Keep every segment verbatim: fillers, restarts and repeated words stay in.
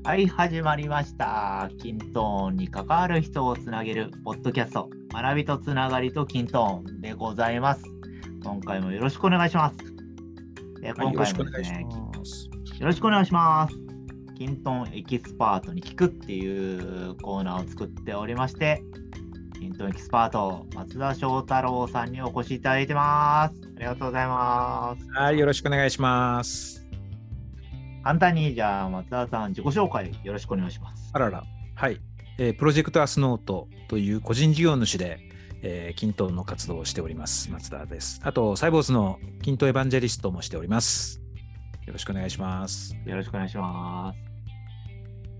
はい、始まりました。キントーンに関わる人をつなげるポッドキャスト、学びとつながりとキントーンでございます。今回もよろしくお願いします。えはい、 今回もですね、よろしくお願いします。キントーンエキスパートに聞くっていうコーナーを作っておりまして、キントーンエキスパート、松田翔太郎さんにお越しいただいてます。ありがとうございます。 はい、よろしくお願いします。 簡単に、じゃあ、松田さん、自己紹介よろしくお願いします。 あらら、はい。えー、プロジェクトアスノートという個人事業主で、えー、キントーンの活動をしております。松田です。あと、サイボーズのキントエヴァンジェリストもしております。よろしくお願いします。 よろしくお願いします。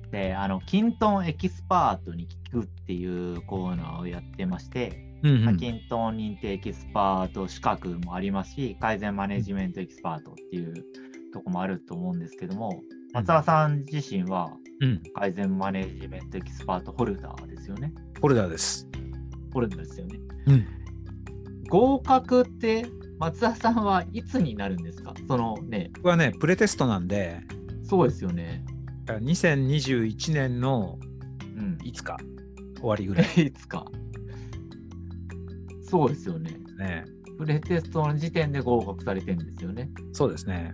で、あの、キントーンエキスパートに聞くっていうコーナーをやってまして、 うんうん、 キントーン認定エキスパート資格もありますし、改善マネジメントエキスパートっていうとこもあると思うんですけども、松田さん自身は改善マネジメントエキスパートホルダーですよね。 ホルダーです。 ホルダーですよね。 うん、 合格って松田さんはいつになるんですか？そのね。 僕はね、プレテストなんで。 そうですよね。 にせんにじゅういちねんのいつか、うん、終わりぐらい。 いつか。そうですよね。 ね。 プレテストの時点で合格されてるんですよね。 そうですね。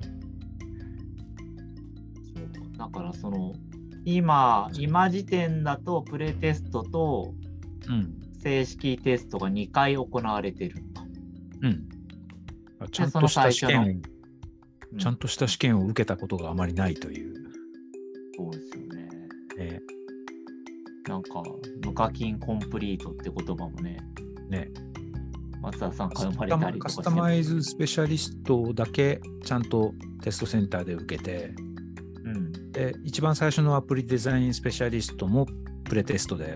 そうだからその今今時点だとプレテストと正式テストがにかい行われてるんだ。 うん。ちゃんとした試験を、うん、ちゃんとした試験を受けたことがあまりないという。 そうですよね。 えー、なんか無課金コンプリートって言葉もね。 ね。 松田さんから生まれたりとかして、 カスタマイズスペシャリストだけちゃんとテストセンターで受けて、うん、で一番最初のアプリデザインスペシャリストもプレテストで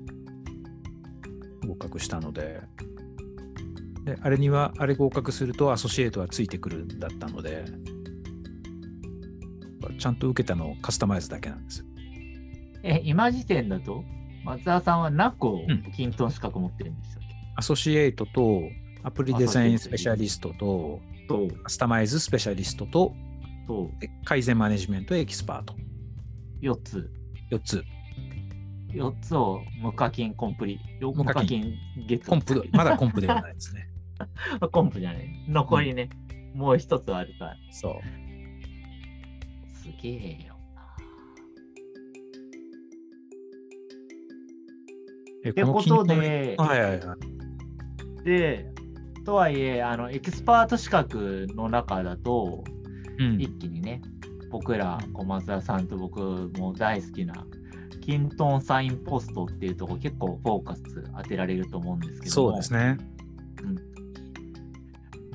合格したので、であれにはあれ合格するとアソシエイトはついてくるんだったので、ちゃんと受けたのカスタマイズだけなんです。 え、今時点だと松田さんは何個キントーン資格持ってるんですか？ アソシエイトとアプリデザインスペシャリストとカスタマイズスペシャリストと改善マネジメントエキスパートよっつよっつよっつを無課金コンプリ無課金ゲットコンプまだコンプではないですね。 コンプじゃない残りね、うん、もう一つあるから。 そうすげえよなってことで、 はいはいはい。 で、とはいえ、あのエキスパート資格の中だと、うん、一気にね、僕ら小松田さんと僕も大好きなキントーンサインポストっていうところ結構フォーカス当てられると思うんですけども、 そうですね。 うん、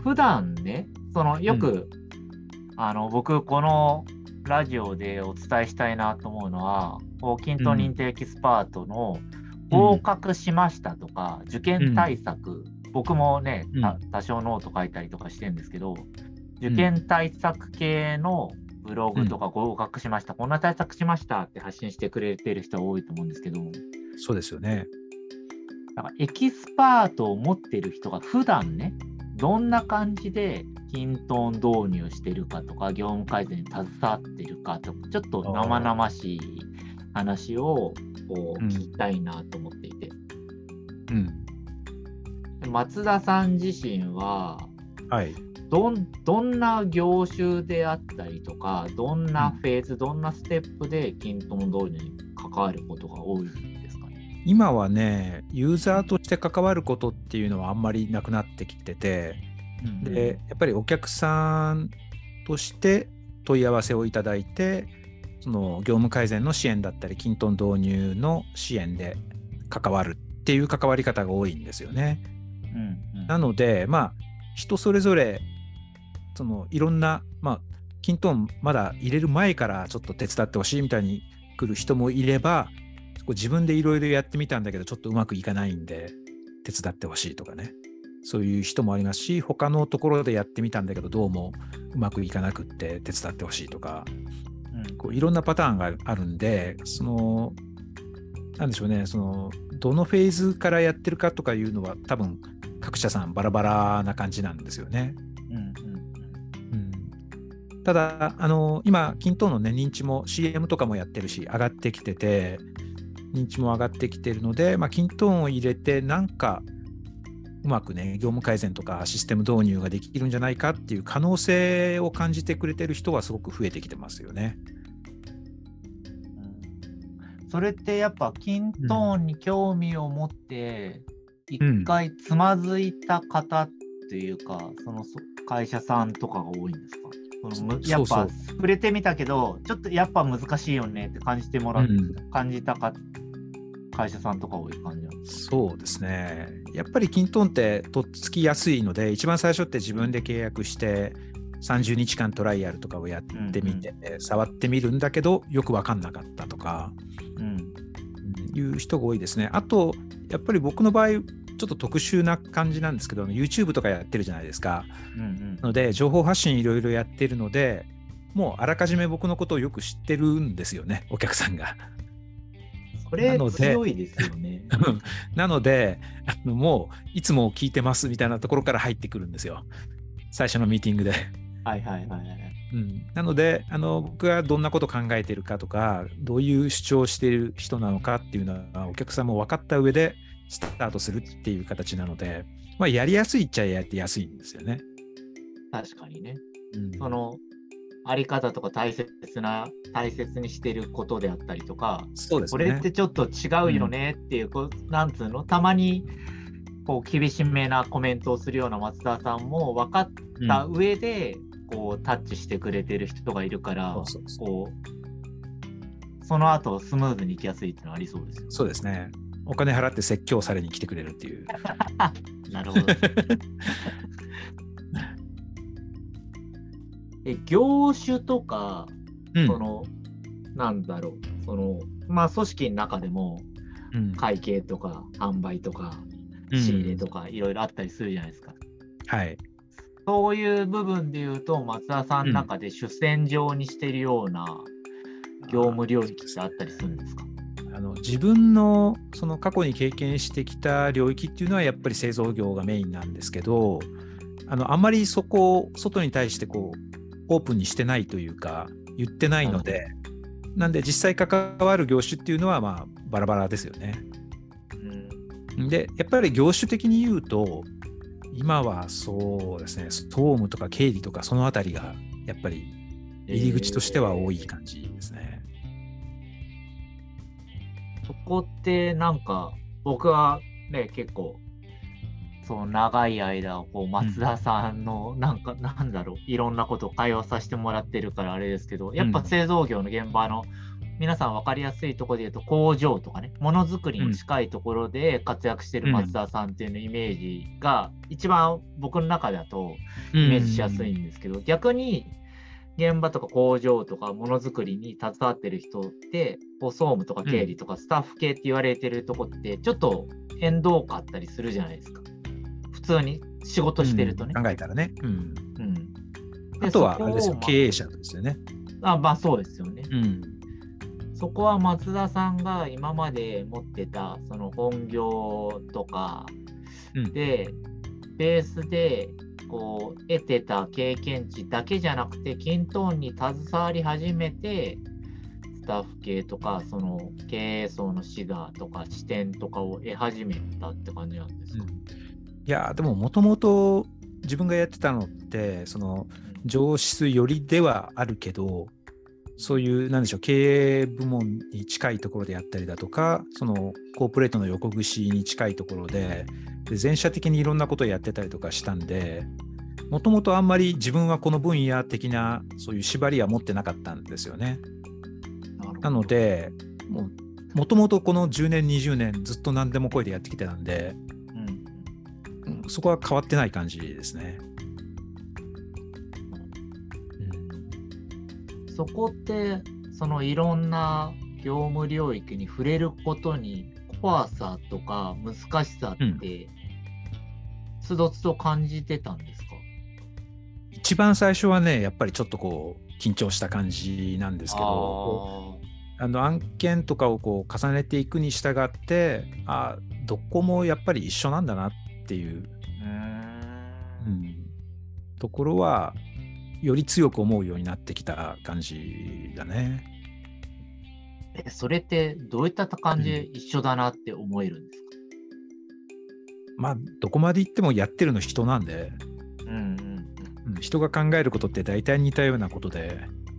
普段ね、そのよく、うん、あの僕このラジオでお伝えしたいなと思うのは、キントーン認定エキスパートの合格しましたとか、うん、受験対策、うん、僕もね、うん、多少ノート書いたりとかしてるんですけど、受験対策系のブログとか合格しました、うん、こんな対策しましたって発信してくれてる人多いと思うんですけど、 そうですよね。 だからエキスパートを持ってる人が普段ね、どんな感じでキントーン導入してるかとか、業務改善に携わってるかとか、ちょっと生々しい話をこう聞きたいなと思っていて、うん、松田さん自身は、 はい、 どん、どんな業種であったりとか、どんなフェーズ、うん、どんなステップでキントーン導入に関わることが多いんですかね？ 今はね、ユーザーとして関わることっていうのはあんまりなくなってきてて、うんうん、でやっぱりお客さんとして問い合わせをいただいて、その業務改善の支援だったりキントーン導入の支援で関わるっていう関わり方が多いんですよね。うんうん、なのでまあ人それぞれそのいろんな、まあ、キントーンまだ入れる前からちょっと手伝ってほしいみたいに来る人もいれば、自分でいろいろやってみたんだけどちょっとうまくいかないんで手伝ってほしいとかね、そういう人もありますし、他のところでやってみたんだけどどうもうまくいかなくって手伝ってほしいとか、うん、こういろんなパターンがあるんで、そのなんでしょうね、そのどのフェーズからやってるかとかいうのは多分各社さんバラバラな感じなんですよね。うんうんうん、 ただ、あの今、キントーンの、ね、認知も シーエム とかもやってるし、上がってきてて、認知も上がってきてるので、まあ、キントーンを入れて、なんかうまくね、業務改善とかシステム導入ができるんじゃないかっていう可能性を感じてくれてる人はすごく増えてきてますよね。 それってやっぱキントーンに興味を持って一、 うん、 回つまずいた方っていうか、うん、その会社さんとかが多いんですか？そのやっぱ触れてみたけどちょっとやっぱ難しいよねって感じてもらっ、うん、感じたか会社さんとか多い感じなんですか？ そうですね。やっぱりキントーンってとっつきやすいので、一番最初って自分で契約してさんじゅうにちかんトライアルとかをやってみて、うんうん、触ってみるんだけどよく分かんなかったとか、うん、いう人が多いですね。あとやっぱり僕の場合ちょっと特殊な感じなんですけど YouTube とかやってるじゃないですか、うんうん、ので情報発信いろいろやってるのでもうあらかじめ僕のことをよく知ってるんですよね、お客さんが。 これ強いですよね。 なのであのもういつも聞いてますみたいなところから入ってくるんですよ、最初のミーティングで。 はいはいはい、 うん、なのであの僕がどんなこと考えているかとかどういう主張をしている人なのかっていうのはお客さんも分かった上でスタートするっていう形なので、まあ、やりやすいっちゃやりやすいんですよね。 確かにね、うん、そのあり方とか大切な大切にしていることであったりとか、 そうですね、 これってちょっと違うよねっていう、うん、なんつうの、たまにこう厳しめなコメントをするような松田さんも分かった上で、うん、こうタッチしてくれてる人がいるから、そうそうそう、こうその後スムーズにいきやすいっていうのはありそうですよね。 そうですね。お金払って説教されに来てくれるっていう。 なるほど。え、業種とか、うん、そのなんだろう、そのまあ組織の中でも会計とか販売とか、うん、仕入れとかいろいろあったりするじゃないですか。 はい。 そういう部分で言うと松田さんの中で主戦場にしているような業務領域ってあったりするんですか？ あの自分のその過去に経験してきた領域っていうのはやっぱり製造業がメインなんですけど、あのあんまりそこを外に対してこうオープンにしてないというか言ってないので、なんで実際関わる業種っていうのはまあバラバラですよね。うん、でやっぱり業種的に言うと今はそうですね、総務とか経理とかそのあたりがやっぱり入り口としては多い感じですね。 えー、そこってなんか僕はね結構そう長い間こう松田さんのなんか、うん、なんだろういろんなことを会話させてもらってるからあれですけど、やっぱ製造業の現場の皆さん分かりやすいところで言うと工場とかね、ものづくりに近いところで活躍してる松田さんっていうのイメージが一番僕の中だとイメージしやすいんですけど、うん、逆に現場とか工場とかものづくりに携わってる人って総務とか経理とかスタッフ系って言われてるとこってちょっと縁遠かったりするじゃないですか、普通に仕事してるとね、 うん、考えたらね、うんうん、あとはあれですよ、経営者ですよね。 あ、まあそうですよね、うん、そこは松田さんが今まで持ってたその本業とかで、うん、ベースでこう得てた経験値だけじゃなくてキントーンに携わり始めてスタッフ系とかその経営層の視座とか視点とかを得始めたって感じなんですか？うん、 いやでももともと自分がやってたのってその上質寄りではあるけど、そういうなんでしょう経営部門に近いところであったりだとか、そのコーポレートの横串に近いところで、で全社的にいろんなことをやってたりとかしたんで、もともとあんまり自分はこの分野的なそういう縛りは持ってなかったんですよね。なのでもともとこのじゅうねんにじゅうねんずっと何でも声でやってきてたんで、うん、そこは変わってない感じですね。 うん、そこってそのいろんな業務領域に触れることに怖さとか難しさってつどつど感じてたんですか？ うん、一番最初はねやっぱりちょっとこう緊張した感じなんですけど、あの案件とかをこう重ねていくに従ってあどこもやっぱり一緒なんだなっていう、うん、ところはより強く思うようになってきた感じだね。 え、それってどういった感じで一緒だなって思えるんですか？ うん、まあどこまで行ってもやってるの人なんで、 うんうんうん、人が考えることって大体似たようなことで、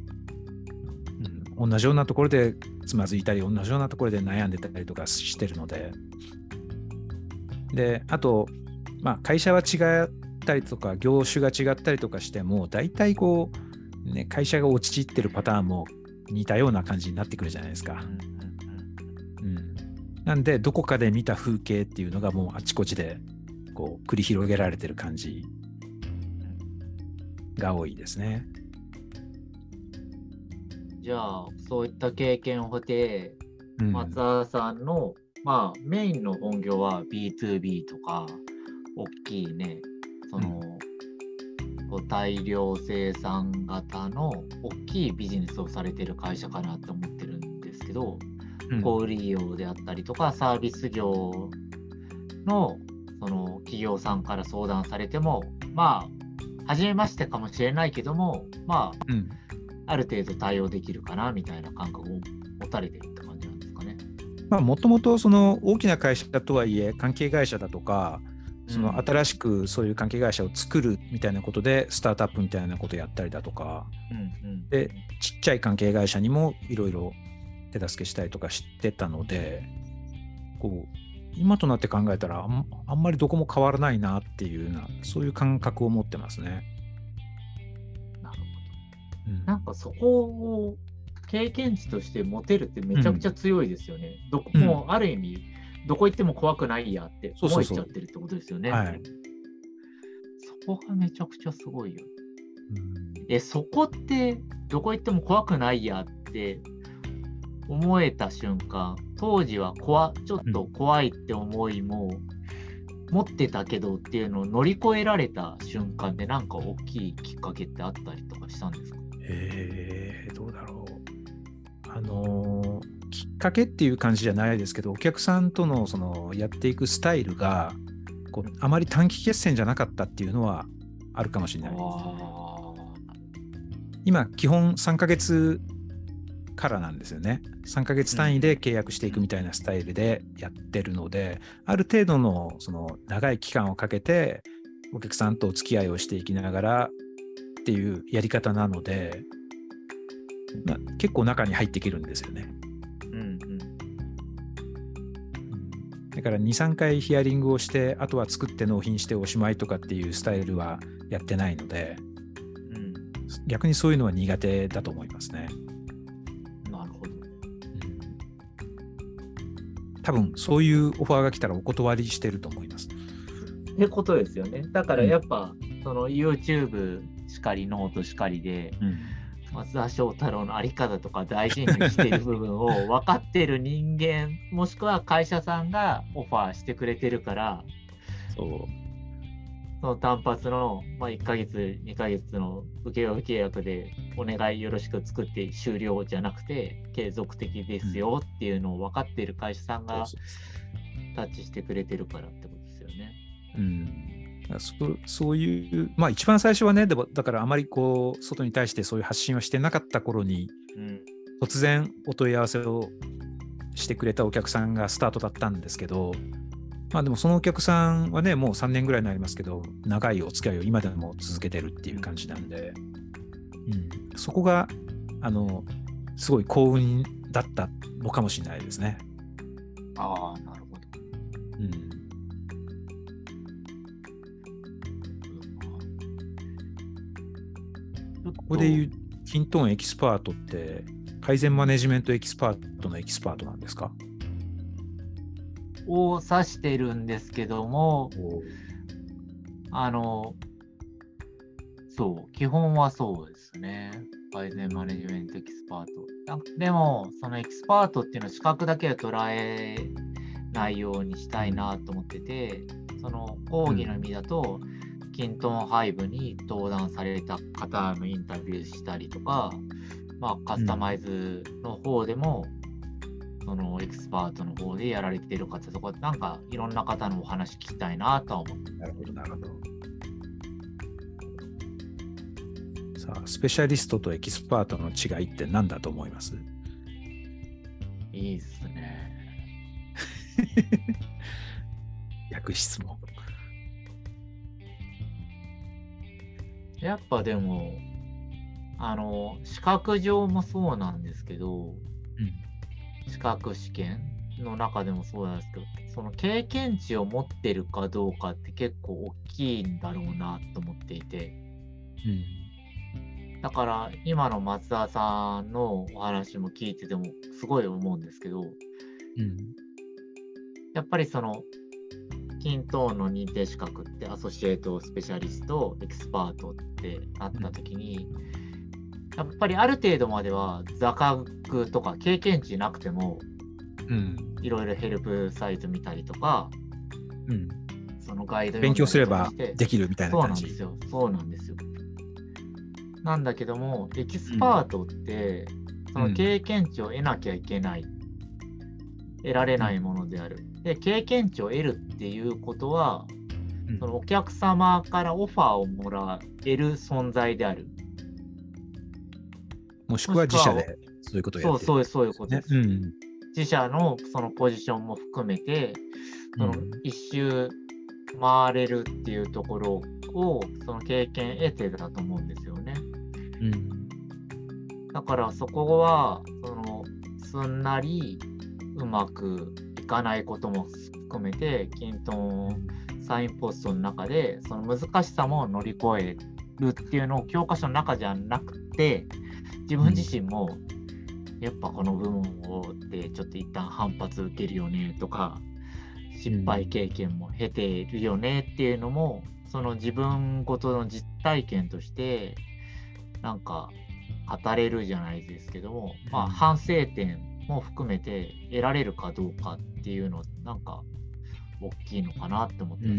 うん、同じようなところでつまずいたり同じようなところで悩んでたりとかしてるので、であと、まあ、会社は違ったりとか業種が違ったりとかしても大体こう、ね、会社が陥ってるパターンも似たような感じになってくるじゃないですか。うん、なんでどこかで見た風景っていうのがもうあちこちでこう繰り広げられてる感じが多いですね。 じゃあそういった経験を経て、 うん、 松田さんの、まあ、メインの本業は ビーツービー とか大きいね、その、うん、大量生産型の大きいビジネスをされてる会社かなって思ってるんですけど、うん、小売業であったりとかサービス業のその企業さんから相談されても、まあ初めましてかもしれないけども、まあ、うん、ある程度対応できるかなみたいな感覚を持たれてるって感じなんですかね。 まあもともとその大きな会社とはいえ関係会社だとか、その新しくそういう関係会社を作るみたいなことでスタートアップみたいなことをやったりだとか、うんうん、でちっちゃい関係会社にもいろいろ手助けしたりとかしてたので、こう今となって考えたらあ ん, あんまりどこも変わらないなっていうようなそういう感覚を持ってますね。 なるほど、うん、なんかそこを経験値として持てるってめちゃくちゃ強いですよね。うん、どこもある意味、うん、どこ行っても怖くないやって思えちゃってるってことですよね。 はい、 そこがめちゃくちゃすごいよ。うん、え、そこってどこ行っても怖くないやって思えた瞬間、当時は怖ちょっと怖いって思いも持ってたけどっていうのを乗り越えられた瞬間でなんか大きいきっかけってあったりとかしたんですか？ えー、どうだろう。あのー、きっかけっていう感じじゃないですけど、お客さんとのそのやっていくスタイルがこうあまり短期決戦じゃなかったっていうのはあるかもしれないです。今基本さんかげつからなんですよね。さんかげつ単位で契約していくみたいなスタイルでやってるので、うん、ある程度のその長い期間をかけてお客さんとお付き合いをしていきながらっていうやり方なので、まあ、結構中に入っていけるんですよね。うんうん、だからにさんかいヒアリングをしてあとは作って納品しておしまいとかっていうスタイルはやってないので、うん、逆にそういうのは苦手だと思いますね。多分そういうオファーが来たらお断りしてると思います。 ってことですよね。だからやっぱ、うん、その YouTube しかりノートしかりで、うん、松田翔太郎の在り方とか大事にしている部分を分かってる人間もしくは会社さんがオファーしてくれてるから、そうその単発の、まあ、いっかげつにかげつの請負契約でお願いよろしく作って終了じゃなくて継続的ですよっていうのを分かっている会社さんがタッチしてくれてるからってことですよね。 うん、そ, そういうまあ一番最初はね、でもだからあまりこう外に対してそういう発信はしてなかった頃に、うん、突然お問い合わせをしてくれたお客さんがスタートだったんですけど、まあでもそのお客さんはねもうさんねんぐらいになりますけど長いお付き合いを今でも続けてるっていう感じなんで、うん、そこがあのすごい幸運だったのかもしれないですね。 ああ、なるほど。うん。 ここでいうキントーンエキスパートって改善マネジメントエキスパートのエキスパートなんですか？ を指してるんですけども、あのそう基本はそうですね。改善マネジメントエキスパート。でもそのエキスパートっていうのは資格だけは捉えないようにしたいなと思ってて、その講義の意味だと、うん、キントーンハイブに登壇された方のインタビューしたりとか、まあ、カスタマイズの方でも、うん、そのエキスパートの方でやられている方とか、なんかいろんな方のお話聞きたいなとは思ってます。 なるほど、なるほど。 さあ、スペシャリストとエキスパートの違いって何だと思います？ いいっすね。 逆質問。 やっぱでも、あの、資格上もそうなんですけど、 うん、 資格試験の中でもそうなんですけど、その経験値を持ってるかどうかって結構大きいんだろうなと思っていて、 うん、 だから今の松田さんのお話も聞いててもすごい思うんですけど、 うん、 やっぱりその均等の認定資格ってアソシエイト、スペシャリスト、エキスパートってなった時に、やっぱりある程度までは座学とか経験値なくても、いろいろヘルプサイト見たりとか、うん、そのガイド勉強すればできるみたいな感じ。 そうなんですよ。そうなんですよ。なんだけども、エキスパートって、うん、その経験値を得なきゃいけない。得られないものである。で、経験値を得るっていうことは、うん、そのお客様からオファーをもらえる存在である。 もしくは自社でそういうことをやってる、 そう、そういうことです。うん、自社のそのポジションも含めて、その一周回れるっていうところを、その経験得てだと思うんですよね。うん、だからそこは、そのすんなりうまくいかないことも含めて、均等サインポストの中でその難しさも乗り越えるっていうのを教科書の中じゃなくて、自分自身もやっぱこの部分をってちょっと一旦反発受けるよねとか、失敗経験も経ているよねっていうのも、その自分ごとの実体験としてなんか語れるじゃないですけども、まあ反省点も含めて得られるかどうかっていうのなんか大きいのかなって思ってます。うん、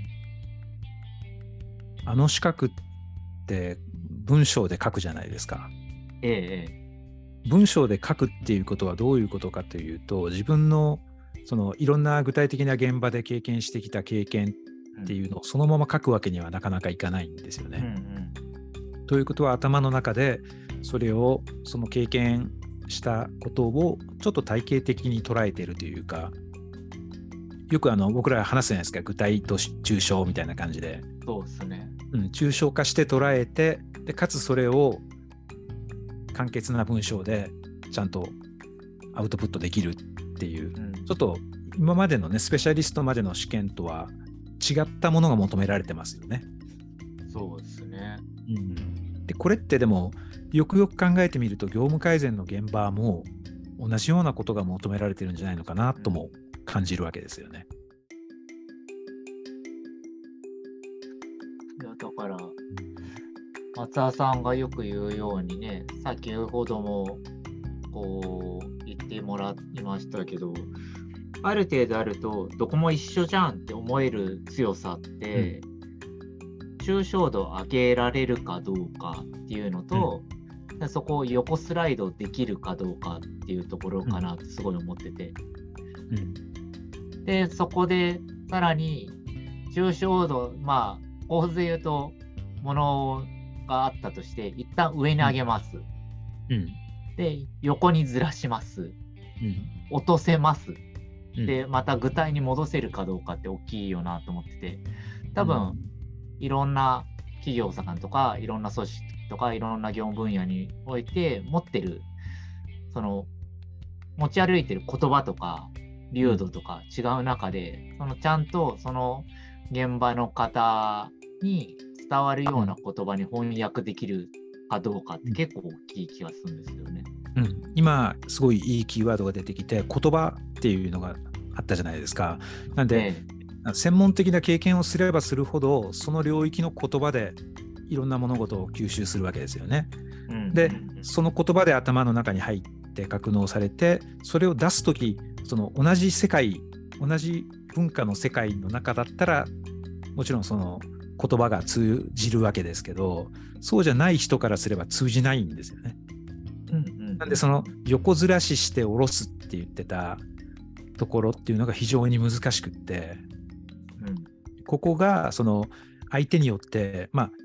あの資格って文章で書くじゃないですか。 ええ。 文章で書くっていうことはどういうことかというと、自分のそのいろんな具体的な現場で経験してきた経験っていうのをそのまま書くわけにはなかなかいかないんですよね。うんうん、ということは頭の中でそれをその経験したことをちょっと体系的に捉えているというか、よくあの僕ら話すじゃないですか、具体と抽象みたいな感じで。 そうですね。 うん、抽象化して捉えて、でかつそれを簡潔な文章でちゃんとアウトプットできるっていう、うん、ちょっと今までのねスペシャリストまでの試験とは違ったものが求められてますよね。 そうですね。 うん、でこれってでもよくよく考えてみると、業務改善の現場も同じようなことが求められてるんじゃないのかなとも感じるわけですよね。 いやだから松田さんがよく言うようにね、先ほどもこう言ってもらいましたけど、ある程度あるとどこも一緒じゃんって思える強さって、うん、抽象度を上げられるかどうかっていうのと、うん、そこを横スライドできるかどうかっていうところかなってすごい思ってて、うん、でそこでさらに抽象度、まあ構図で言うとものがあったとして一旦上に上げます、うん、で横にずらします、うん、落とせます、うん、でまた具体に戻せるかどうかって大きいよなと思ってて、多分、うん、いろんな企業さんとかいろんな組織とかいろんな業務分野において持ってるその持ち歩いてる言葉とか流度とか違う中で、そのちゃんとその現場の方に伝わるような言葉に翻訳できるかどうかって結構大きい気がするんですよね。 うん、今すごいいいキーワードが出てきて、言葉っていうのがあったじゃないですか。なんで、ええ、専門的な経験をすればするほどその領域の言葉でいろんな物事を吸収するわけですよね。うん、で、その言葉で頭の中に入って格納されて、それを出すとき、その同じ世界、同じ文化の世界の中だったらもちろんその言葉が通じるわけですけど、そうじゃない人からすれば通じないんですよね。うんうん、なんでその横ずらしして下ろすって言ってたところっていうのが非常に難しくって、うん、ここがその相手によって、まあ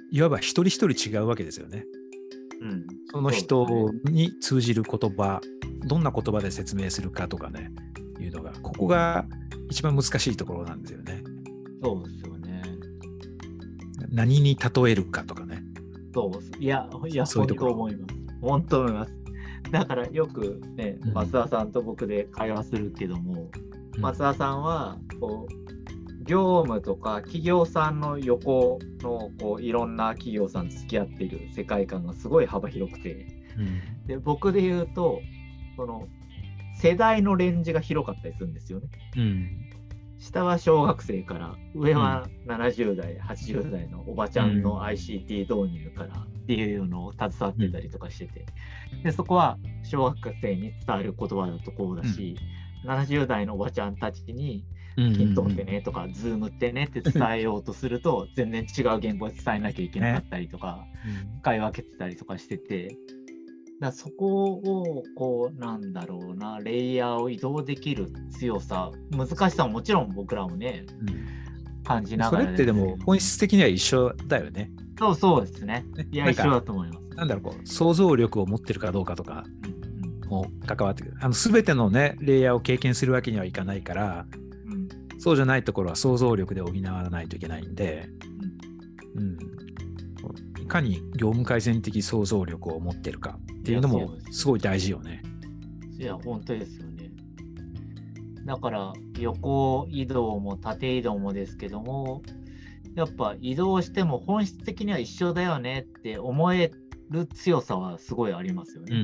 いわば一人一人違うわけですよね。 うん、 その人に通じる言葉、どんな言葉で説明するかとかね、いうのが、ここが一番難しいところなんですよね。 そうですよね。 何に例えるかとかね。 そう、いや、いや、 そういうところ本当思います。本当思います。だからよくね、 うん松田さんと僕で会話するけども、 うん、 松田さんはこう業務とか企業さんの横のこういろんな企業さんと付き合っている世界観がすごい幅広くて、 うん、 で僕で言うとその世代のレンジが広かったりするんですよね。 うん、 下は小学生から上はななじゅう代、はちじゅう代のおばちゃんの アイシーティー 導入からっていうのを携わってたりとかしてて、でそこは小学生に伝わる言葉だとこうだし、うん、ななじゅう代のおばちゃんたちにキントンってねとか、ズームってねって伝えようとすると全然違う言語で伝えなきゃいけなかったりとか、ね、使い分けてたりとかしてて、だそこをこうなんだろうな、レイヤーを移動できる強さ、難しさももちろん僕らもね、うん、感じながら、 それってでも本質的には一緒だよね。 そうそうですね。いや一緒だと思います。 なんだろう、こう想像力を持ってるかどうかとかも関わってくる。あの全てのねレイヤーを経験するわけにはいかないから、うん、そうじゃないところは想像力で補わないといけないんで、うんうん、いかに業務改善的想像力を持ってるかっていうのもすごい大事よね。 いや、本当ですよね。だから横移動も縦移動もですけども、やっぱ移動しても本質的には一緒だよねって思える強さはすごいありますよね。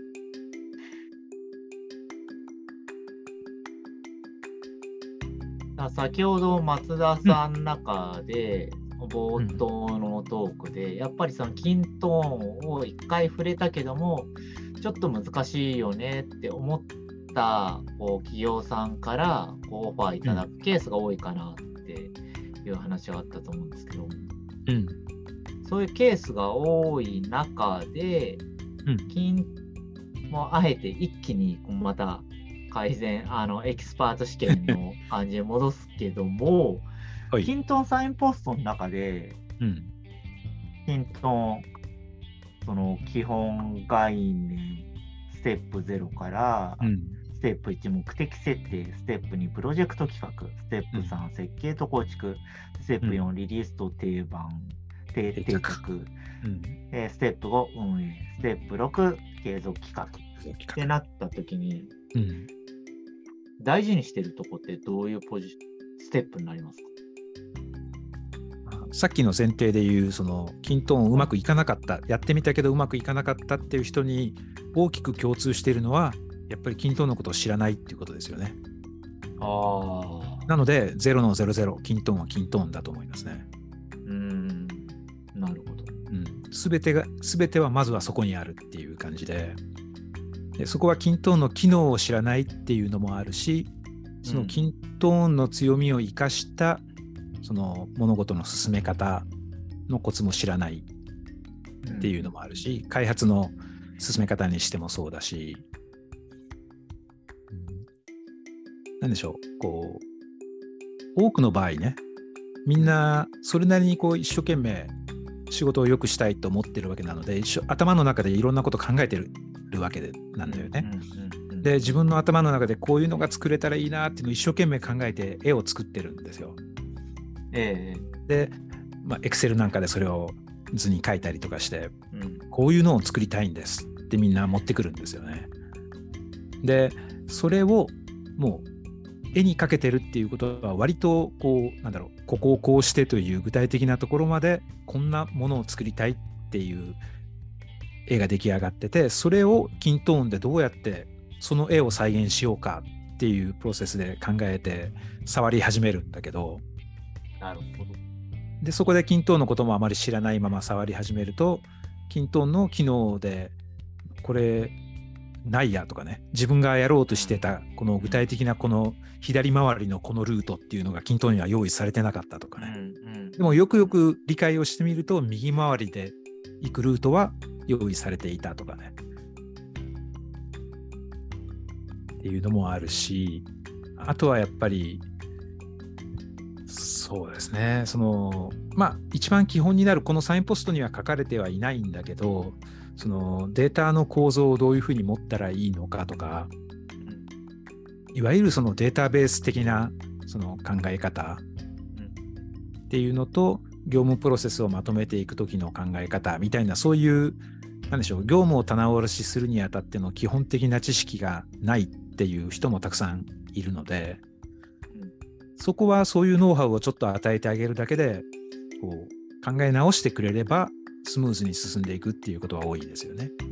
うん、先ほど松田さんの中で、うん、冒頭のトークで、やっぱりそのキントーンを一回触れたけどもちょっと難しいよねって思ったこう企業さんからこうオファーいただくケースが多いかなっていう話があったと思うんですけど、うん、そういうケースが多い中で、うん、金もうあえて一気にまた改善あのエキスパート試験の感じに戻すけどもキントンサインポストの中で、うん、キントンその基本概念ステップゼロから、うん、ステップいち目的設定、ステップにプロジェクト企画、ステップさん、うん、設計と構築、ステップよん、うん、リリースと定番、定定着、うんえー、ステップご運営、ステップろく継続企画ってなった時に、うん、大事にしてるとこってどういうポジステップになりますか？ さっきの前提で言うそのキントーンうまくいかなかった、やってみたけどうまくいかなかったっていう人に大きく共通しているのはやっぱりキントーンのことを知らないっていうことですよね。あなのでゼロのゼロゼロキントーンはキントーンだと思いますね。 うーんなるほど。 うん、全てが全てはまずはそこにあるっていう感じで、でそこはキントーンの機能を知らないっていうのもあるし、そのキントーンの強みを生かしたその物事の進め方のコツも知らないっていうのもあるし、うん、開発の進め方にしてもそうだし、うん、なんでしょう、こう多くの場合ね、みんなそれなりにこう一生懸命仕事を良くしたいと思ってるわけなので、一緒頭の中でいろんなこと考えてるわけでなんだよね。うんうん、で自分の頭の中でこういうのが作れたらいいなっていうのを一生懸命考えて絵を作ってるんですよ。えー、で、まあ、Excel なんかでそれを図に書いたりとかして、うん、こういうのを作りたいんですってみんな持ってくるんですよね。で、それをもう絵に描けてるっていうことは割とこうなんだろう、ここをこうしてという具体的なところまでこんなものを作りたいっていう絵が出来上がってて、それをキントーンでどうやってその絵を再現しようかっていうプロセスで考えて触り始めるんだけど、 なるほど。 でそこでキントーンのこともあまり知らないまま触り始めると、キントーンの機能でこれないやとかね、自分がやろうとしてたこの具体的なこの左回りのこのルートっていうのがキントーンには用意されてなかったとかね、うんうん、でもよくよく理解をしてみると右回りで行くルートは用意されていたとかねっていうのもあるし、あとはやっぱりそそうですね。そのまあ一番基本になるこのサインポストには書かれてはいないんだけど、そのデータの構造をどういうふうに持ったらいいのかとか、いわゆるそのデータベース的なその考え方っていうのと、業務プロセスをまとめていく時の考え方みたいな、そういうなんでしょう、業務を棚卸しするにあたっての基本的な知識がないっていう人もたくさんいるので、そこはそういうノウハウをちょっと与えてあげるだけでこう考え直してくれればスムーズに進んでいくっていうことは多いですよね。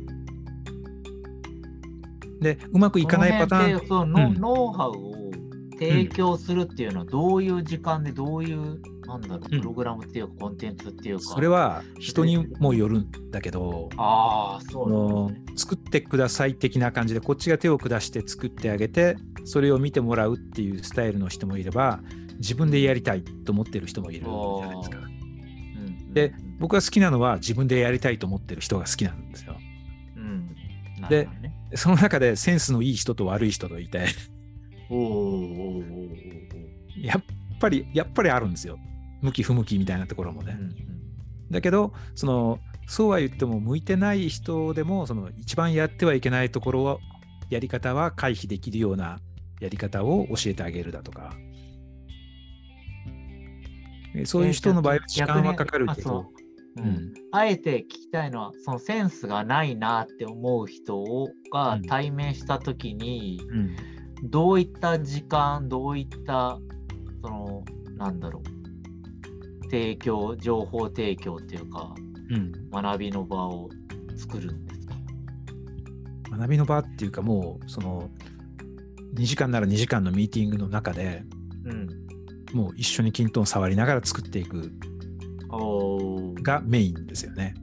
で、うまくいかないパターン、 その、うん、ノウハウを提供するっていうのはどういう時間でどういう、うん、なんだろう、プログラムっていうか、うん、コンテンツっていうか、 それは人にもよるんだけど、 ああ、そうなんですね。 作ってください的な感じでこっちが手を下して作ってあげて、それを見てもらうっていうスタイルの人もいれば、自分でやりたいと思ってる人もいるじゃないですか。うん、で、僕が好きなのは自分でやりたいと思ってる人が好きなんですよ。うん、で、ね、その中でセンスのいい人と悪い人といておやっぱりやっぱりあるんですよ。向き不向きみたいなところもね。うんうん、だけどそのそうは言っても向いてない人でもその一番やってはいけないところはやり方は回避できるようなやり方を教えてあげるだとか、そういう人の場合は時間はかかるけど、 うん、あえて聞きたいのはそのセンスがないなって思う人が対面したときに、うんうん、どういった時間どういったそのなんだろう提供情報提供っていうか、うん、学びの場を作るんですか？ 学びの場っていうかもうそのにじかんならにじかんのミーティングの中で、うん、もう一緒にキントン触りながら作っていくがメインですよね。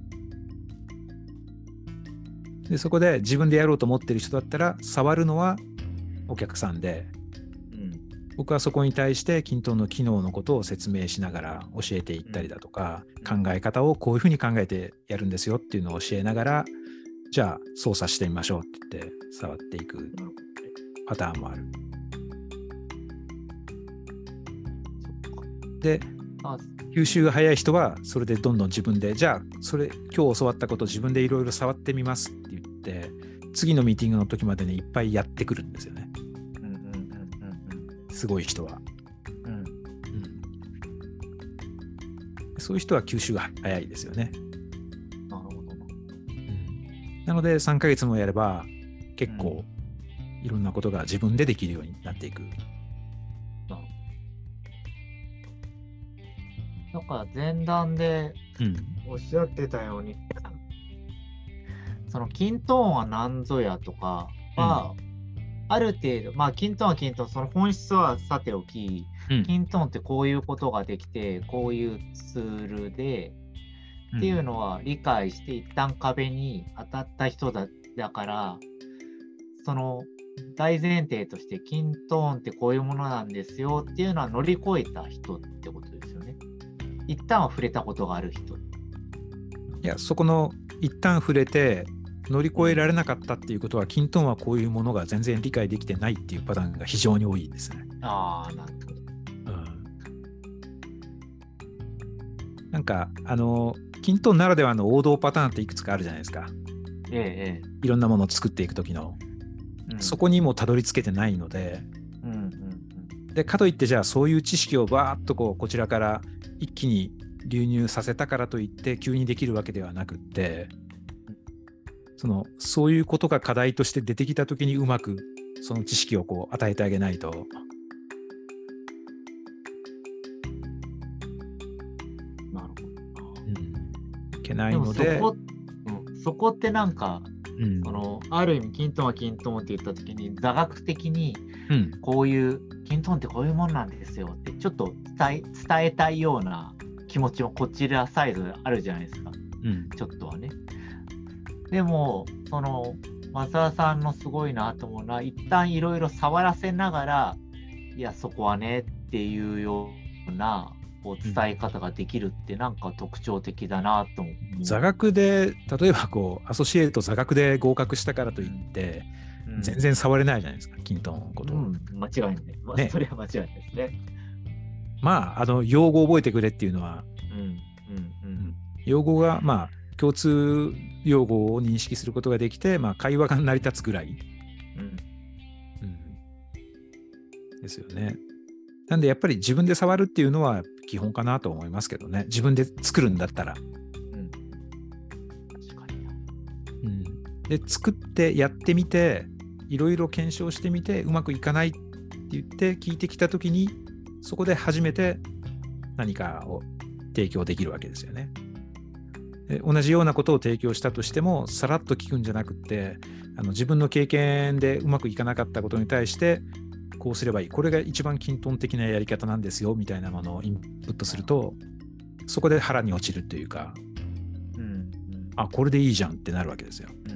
でそこで自分でやろうと思ってる人だったら触るのはお客さんで、うん、僕はそこに対してキントンの機能のことを説明しながら教えていったりだとか、うん、考え方をこういうふうに考えてやるんですよっていうのを教えながら、じゃあ操作してみましょうって言って触っていくパターンもある。で吸収が早い人はそれでどんどん自分で、じゃあそれ今日教わったこと自分でいろいろ触ってみますって言って次のミーティングの時までにいっぱいやってくるんですよね。うんうんうんうん、すごい人は、うんうん、そういう人は吸収が早いですよね。なるほど、うん、なのでさんかげつもやれば結構いろんなことが自分でできるようになっていく。 なんか前段でおっしゃってたように、うん、そのキントーンは何ぞやとかは、うん、ある程度まあキントーンはキントーンその本質はさておき、うん、キントーンってこういうことができてこういうツールで、うん、っていうのは理解して一旦壁に当たった人だ、だからその大前提としてキントーンってこういうものなんですよっていうのは乗り越えた人ってことですよね。一旦は触れたことがある人。 いや、そこの一旦触れて乗り越えられなかったっていうことは、キントーンはこういうものが全然理解できてないっていうパターンが非常に多いですね。 ああ、なるほど。 うん、なんかあのキントーンならではの王道パターンっていくつかあるじゃないですか。 ええ、 いろんなものを作っていくときの、うん、そこにもたどり着けてないので、うんうんうん、でかといってじゃあそういう知識をバーッとこうこちらから一気に流入させたからといって急にできるわけではなくって、そのそういうことが課題として出てきたときにうまくその知識をこう与えてあげないと、 なるほど、 うん、いけないので、 でもそこ、うん、そこってなんか、うん、そのある意味キントーンはキントーンって言ったときに座学的にこういう、うん、キントーンってこういうものなんですよってちょっと伝え、伝えたいような気持ちもこちらサイズあるじゃないですか、うん、ちょっとはね。でもその増田さんのすごいなと思うのは、一旦いろいろ触らせながら、いやそこはねっていうようなこう伝え方ができるってなんか特徴的だなと思う、 うん、座学で例えばこうアソシエイト座学で合格したからといって、うん、全然触れないじゃないですか、キントーンのこと、 うん、間違いない、まあね、それは間違いないですね。 まあ、あの用語を覚えてくれっていうのは、 うんうんうん用語がまあ共通用語を認識することができて、まあ、会話が成り立つぐらい、 うんうん、ですよね。なんでやっぱり自分で触るっていうのは基本かなと思いますけどね。自分で作るんだったら。 うん確かにな。 うん、で作ってやってみて、いろいろ検証してみてうまくいかないって言って聞いてきたときに、そこで初めて何かを提供できるわけですよね。で同じようなことを提供したとしても、さらっと聞くんじゃなくて、あの自分の経験でうまくいかなかったことに対して、こうすればいい、これが一番均等的なやり方なんですよみたいなものをインプットすると、そこで腹に落ちるというか、 うんうん、 あ、これでいいじゃんってなるわけですよ。 うんうん、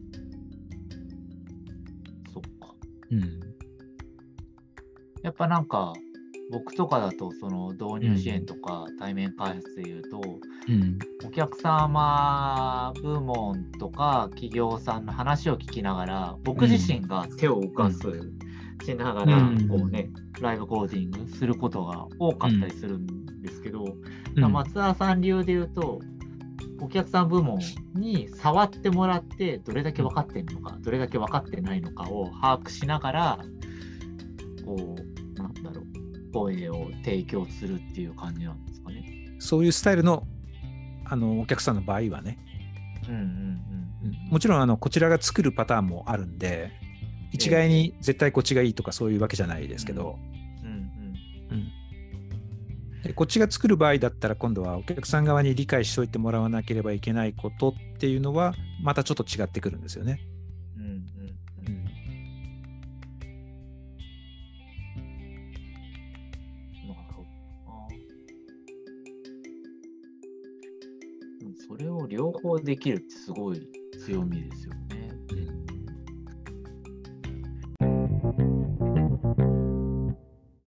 そっか。 うん、 やっぱなんか僕とかだとその導入支援とか対面開発でいうと、 うん、 お客様部門とか企業さんの話を聞きながら、僕自身が手を動かす、しながらこうね、ライブコーディングすることが多かったりするんですけど、 うん、 松田さん流で言うと、お客さん部門に触ってもらって、どれだけ分かってるのか、どれだけ分かってないのかを把握しながら、こう、なんだろう、声を提供するっていう感じなんですかね。 そういうスタイルの、あのお客さんの場合はね、 うんうんうんうん、もちろんあのこちらが作るパターンもあるんで、一概に絶対こっちがいいとかそういうわけじゃないですけど、 うんうんうん、でこっちが作る場合だったら、今度はお客さん側に理解しておいてもらわなければいけないことっていうのはまたちょっと違ってくるんですよね。 うんうんうんうんなるほどな。でもそれを両方できるってすごい強みですよね。